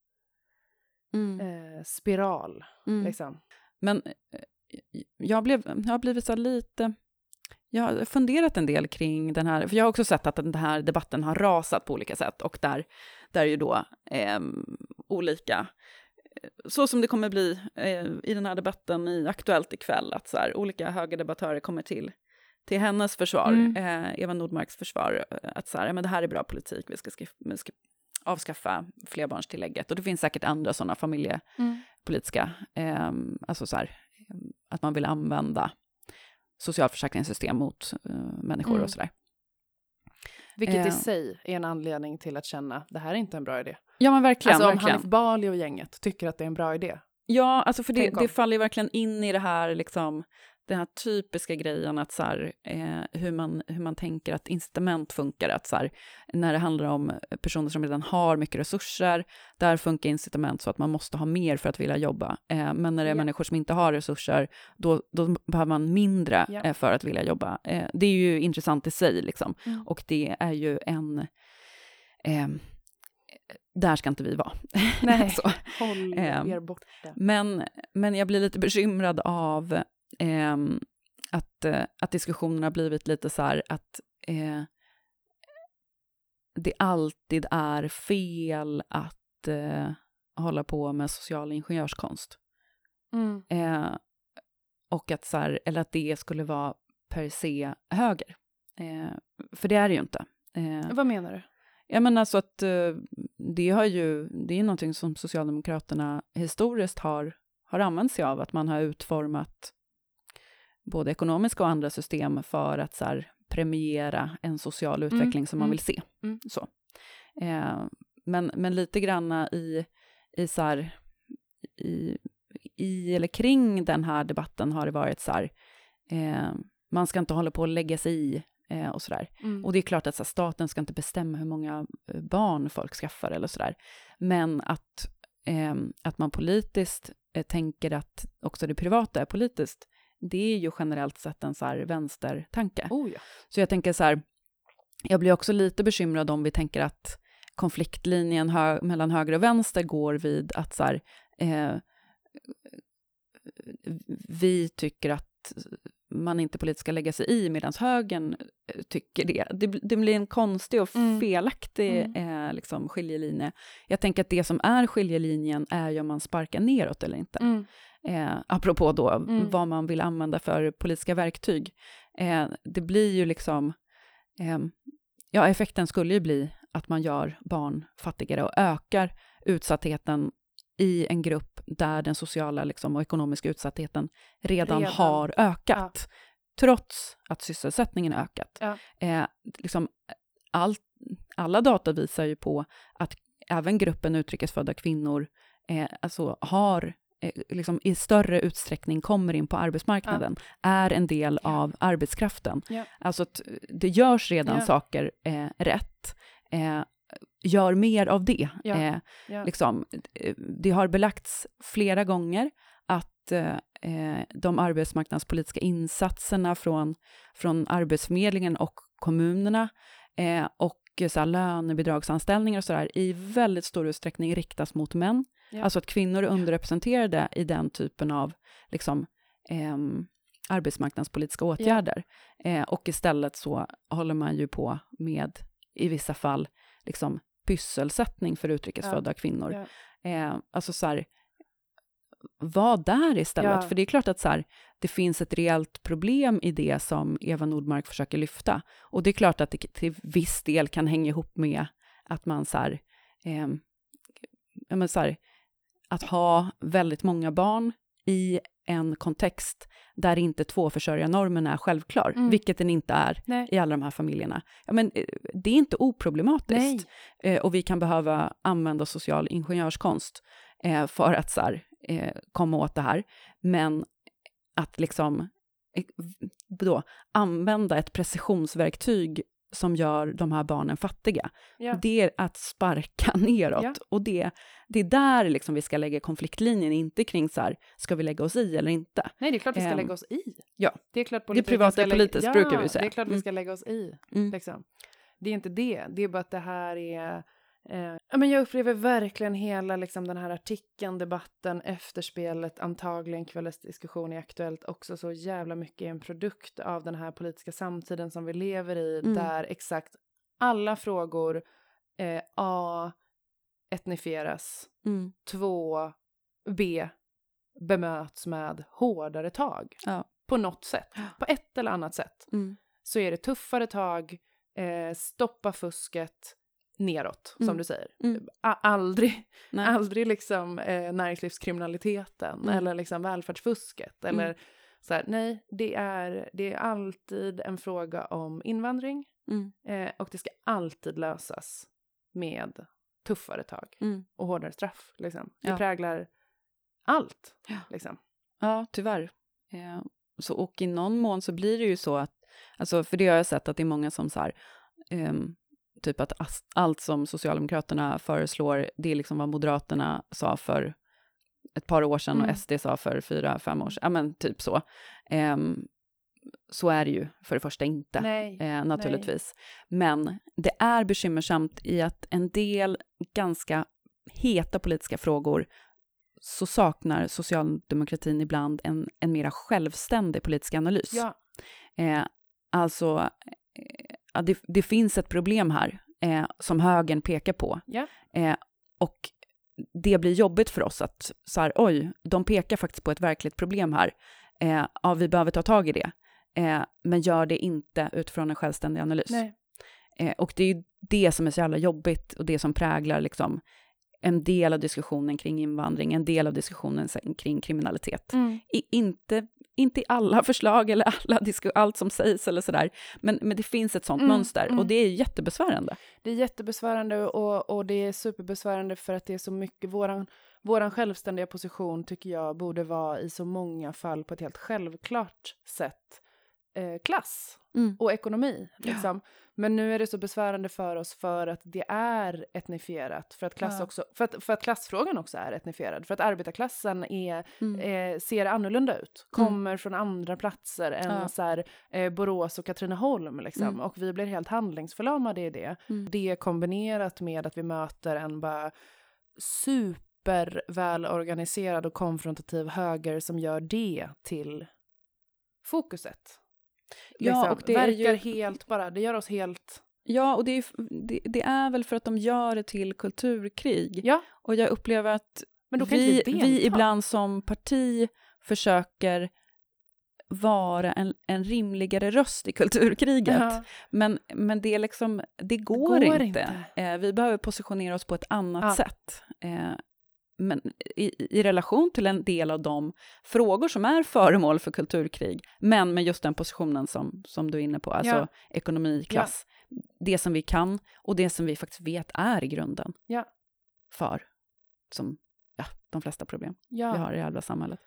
mm. eh, spiral mm. liksom. Men jag, blev, jag har blivit så lite Jag har funderat en del kring den här, för jag har också sett att den här debatten har rasat på olika sätt, och där, där är ju då eh, olika, så som det kommer bli eh, i den här debatten i Aktuellt ikväll, att så här, olika högerdebattörer kommer till, till hennes försvar, mm. eh, Eva Nordmarks försvar, att så här, men det här är bra politik, vi ska, skif- vi ska avskaffa flerbarnstillägget, och det finns säkert andra sådana familjepolitiska, mm. eh, alltså så här, att man vill använda socialförsäkringssystem mot uh, människor mm. och sådär. Vilket eh. i sig är en anledning till att känna, det här är inte en bra idé. Ja, men verkligen. Alltså om verkligen. Hanif Bali och gänget tycker att det är en bra idé. Ja, alltså för det, det faller ju verkligen in i det här liksom, den här typiska grejen att så här, eh, hur, man, hur man tänker att incitament funkar. Att så här, när det handlar om personer som redan har mycket resurser, där funkar incitament så att man måste ha mer för att vilja jobba. Eh, men när det är yeah. människor som inte har resurser, då, då behöver man mindre yeah. eh, för att vilja jobba. Eh, det är ju intressant i sig liksom. Mm. Och det är ju en... Eh, där ska inte vi vara. Nej, så. Håll er borta. Men, men jag blir lite bekymrad av eh, att, att diskussionerna har blivit lite så här att eh, det alltid är fel att eh, hålla på med social ingenjörskonst. Mm. Eh, och att så här, eller att det skulle vara per se höger. Eh, för det är det ju inte. Eh, Vad menar du? Jag menar så att uh, det har ju, det är någonting som Socialdemokraterna historiskt har, har använt sig av, att man har utformat både ekonomiska och andra system för att så här, premiera en social utveckling mm, som man mm, vill se. Mm. Så. Eh, men, men lite granna i, i, så här, i, i eller kring den här debatten har det varit så här, eh, man ska inte hålla på att lägga sig i Eh, och sådär. Mm. Och det är klart att så, staten ska inte bestämma hur många barn folk skaffar eller sådär. Men att, eh, att man politiskt eh, tänker att också det privata är politiskt, det är ju generellt sett en så här vänstertanke. Oh, ja. Så jag tänker så här, jag blir också lite bekymrad om vi tänker att konfliktlinjen hö- mellan höger och vänster går vid att så här, eh, vi tycker att man inte politiskt ska lägga sig i medan högern tycker det. Det, det blir en konstig och Mm. felaktig Mm. eh, liksom skiljelinje. Jag tänker att det som är skiljelinjen är ju om man sparkar neråt eller inte. Mm. Eh, apropå då Mm. vad man vill använda för politiska verktyg. Eh, det blir ju liksom, eh, ja effekten skulle ju bli att man gör barn fattigare och ökar utsattheten i en grupp där den sociala liksom, och ekonomiska utsattheten redan, Redan. har ökat. Ja. Trots att sysselsättningen ökat. Ja. Eh, liksom, all, alla data visar ju på att även gruppen utrikesfödda kvinnor eh, alltså har eh, liksom, i större utsträckning kommer in på arbetsmarknaden. Ja. Är en del ja. av arbetskraften. Ja. Alltså att det görs redan ja. saker eh, rätt. Eh, gör mer av det. Ja, eh, ja. Liksom, det har belagts flera gånger att eh, de arbetsmarknadspolitiska insatserna från, från Arbetsförmedlingen och kommunerna eh, och så här, lönebidragsanställningar och sådär i väldigt stor utsträckning riktas mot män. Ja. Alltså att kvinnor är underrepresenterade i den typen av liksom, eh, arbetsmarknadspolitiska åtgärder. Ja. Eh, och istället så håller man ju på med i vissa fall liksom pysselsättning för utrikesfödda ja. kvinnor. Ja. Eh, alltså så här, vad där istället? Ja. För det är klart att så här, det finns ett reellt problem i det som Eva Nordmark försöker lyfta. Och det är klart att det till viss del kan hänga ihop med att man så här, eh, ja, men så här, att ha väldigt många barn i en kontext där inte tvåförsörjarnormen är självklar, mm. vilket den inte är Nej. i alla de här familjerna. Ja, men det är inte oproblematiskt. Eh, och vi kan behöva använda social ingenjörskonst eh, för att så här, eh, komma åt det här. Men att liksom eh, då, använda ett precisionsverktyg som gör de här barnen fattiga. Ja. Det är att sparka neråt. Ja. Och det, det är där liksom vi ska lägga konfliktlinjen, inte kring så här, ska vi lägga oss i eller inte? Nej, det är klart vi ska um, lägga oss i. Ja, det är klart det är privat och politiskt ja, brukar vi säga. det är klart vi ska lägga oss i. Mm. Liksom. Det är inte det. Det är bara att det här är... Eh, ja, men jag upplever verkligen hela liksom, den här artikeln, debatten, efterspelet, antagligen kvällens diskussion i Aktuellt också så jävla mycket en produkt av den här politiska samtiden som vi lever i, mm. där exakt alla frågor eh, A etnifieras, mm. två B bemöts med hårdare tag ja. på något sätt, på ett eller annat sätt. Mm. Så är det tuffare tag, eh, stoppa fusket, neråt, som mm. du säger. Mm. Aldrig, aldrig liksom eh, näringslivskriminaliteten mm. eller liksom välfärdsfusket. Eller mm. så här, nej, det är, det är alltid en fråga om invandring mm. eh, och det ska alltid lösas med tuffare tag mm. och hårdare straff. Liksom. Det ja. präglar allt. Ja, liksom. Ja tyvärr. Eh, så, och i någon mån så blir det ju så att, alltså, för det har jag sett att det är många som så här, eh, typ att allt som Socialdemokraterna föreslår, det är liksom vad Moderaterna sa för ett par år sedan mm. och S D sa för fyra, fem år sedan. Ja, men typ så. Um, så är det ju för det första inte, nej, eh, naturligtvis. Nej. Men det är bekymmersamt i att en del ganska heta politiska frågor så saknar socialdemokratin ibland en, en mera självständig politisk analys. Ja. Eh, alltså... Ja, det, det finns ett problem här eh, som högern pekar på. Yeah. Eh, och det blir jobbigt för oss att så här, oj, de pekar faktiskt på ett verkligt problem här. Eh, ja, vi behöver ta tag i det. Eh, men gör det inte utifrån en självständig analys. Eh, och det är ju det som är så jävla jobbigt och det som präglar liksom en del av diskussionen kring invandring, en del av diskussionen kring kriminalitet. Mm. I, inte, inte i alla förslag eller alla disku, allt som sägs eller sådär, men, men det finns ett sånt mm. mönster mm. och det är jättebesvärande. Det är jättebesvärande och, och det är superbesvärande för att det är så mycket, våran, våran självständiga position tycker jag borde vara i så många fall på ett helt självklart sätt eh, klass Mm. och ekonomi. Liksom. Ja. Men nu är det så besvärande för oss för att det är etnifierat. För att, klass Ja. också, för att, för att klassfrågan också är etnifierad. För att arbetarklassen är, Mm. eh, ser annorlunda ut. Kommer mm. från andra platser än Ja. så här, eh, Borås och Katrineholm. Liksom. Mm. Och vi blir helt handlingsförlamade i det. Mm. Det kombinerat med att vi möter en bara super välorganiserad och konfrontativ höger som gör det till fokuset. Ja, liksom, och det verkar är ju... helt bara, det gör oss helt... Ja, och det är, det, det är väl för att de gör det till kulturkrig. Ja. Och jag upplever att Men då kan vi, inte vi, vi ibland som parti försöker vara en, en rimligare röst i kulturkriget. Ja. Men, men det, är liksom, det går, det går inte. inte. Eh, vi behöver positionera oss på ett annat Ja. sätt. Eh, men i, i relation till en del av de frågor som är föremål för kulturkrig, men med just den positionen som, som du är inne på, alltså Ja. ekonomi, klass, ja. det som vi kan och det som vi faktiskt vet är grunden Ja. för som, ja, de flesta problem Ja. vi har i det här samhället.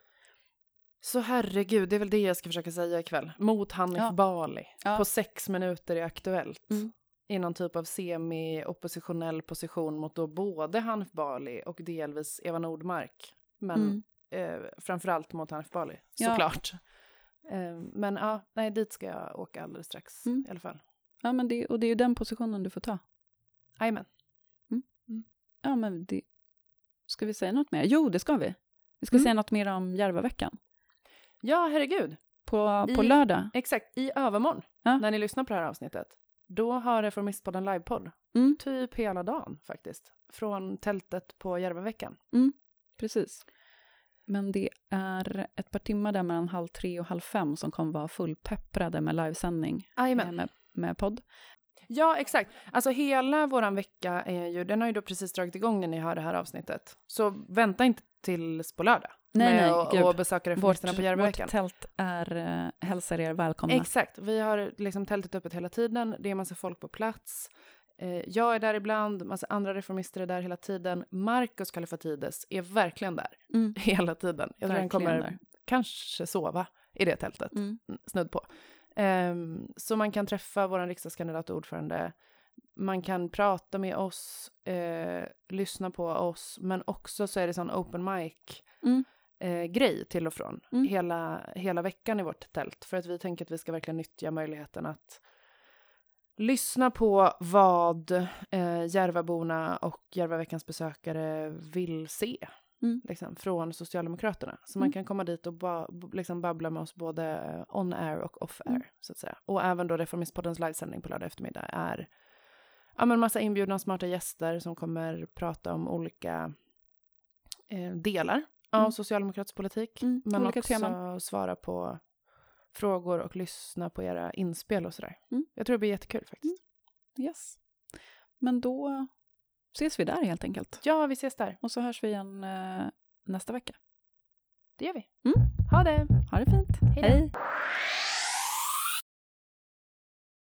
Så herregud, det är väl det jag ska försöka säga ikväll. Mot Hanif Ja. Bali. Ja. På sex minuter i Aktuellt. Mm. I någon typ av semi-oppositionell position mot då både Hanif Bali och delvis Eva Nordmark. Men Mm. eh, framförallt mot Hanif Bali, Ja. såklart. Eh, men ja, nej, dit ska jag åka alldeles strax Mm. i alla fall. Ja, men det, och det är ju den positionen du får ta. Jajamän. Mm. Mm. Ja, men det, ska vi säga något mer? Jo, det ska vi. Vi ska Mm. säga något mer om Järvaveckan. Ja, herregud. På, på I- lördag. Exakt, i övermorgon, Ja. när ni lyssnar på det här avsnittet. Då har Reformistpodden livepodd. Mm. Typ hela dagen faktiskt. Från tältet på Järvaveckan. Mm, precis. Men det är ett par timmar där mellan halv tre och halv fem som kommer vara fullpepprade med livesändning Jajamän. eh, med, med podd. Ja, exakt. Alltså hela våran vecka är ju, den har ju då precis dragit igång när ni hör det här avsnittet. Så vänta inte tills på lördag. Nej, med nej, och, gud. och besöka Reformisterna på Järvaveckan. Vårt tält är, äh, hälsar er välkomna. Exakt. Vi har liksom tältet öppet hela tiden. Det är massa folk på plats. Eh, jag är där ibland. Massa andra reformister är där hela tiden. Marcus Kallifatides är verkligen där. Mm. Hela tiden. Jag tror han Verkligen kommer där. kanske sova i det tältet. Mm. Snudd på. Um, så man kan träffa vår riksdagskandidat och ordförande. Man kan prata med oss, eh, lyssna på oss, men också så är det sån open mic Mm. eh, grej till och från Mm. hela, hela veckan i vårt tält. För att vi tänker att vi ska verkligen nyttja möjligheten att lyssna på vad eh, Järvaborna och Järvaveckans besökare vill se. Mm. Liksom, från Socialdemokraterna. Så Mm. man kan komma dit och ba, liksom babbla med oss både on air och off air. Mm. Så att säga. Och även då Reformistpoddens livesändning på lördag eftermiddag är ja, men massa inbjudna smarta gäster som kommer prata om olika eh, delar av Mm. socialdemokratisk politik. Mm, Men olika också teman. svara på frågor och lyssna på era inspel och sådär. Mm. Jag tror det blir jättekul faktiskt. Yes. Men då ses vi där helt enkelt. Ja, vi ses där. Och så hörs vi igen eh, nästa vecka. Det gör vi. Mm. Ha det! Ha det fint. Hej då. Hej.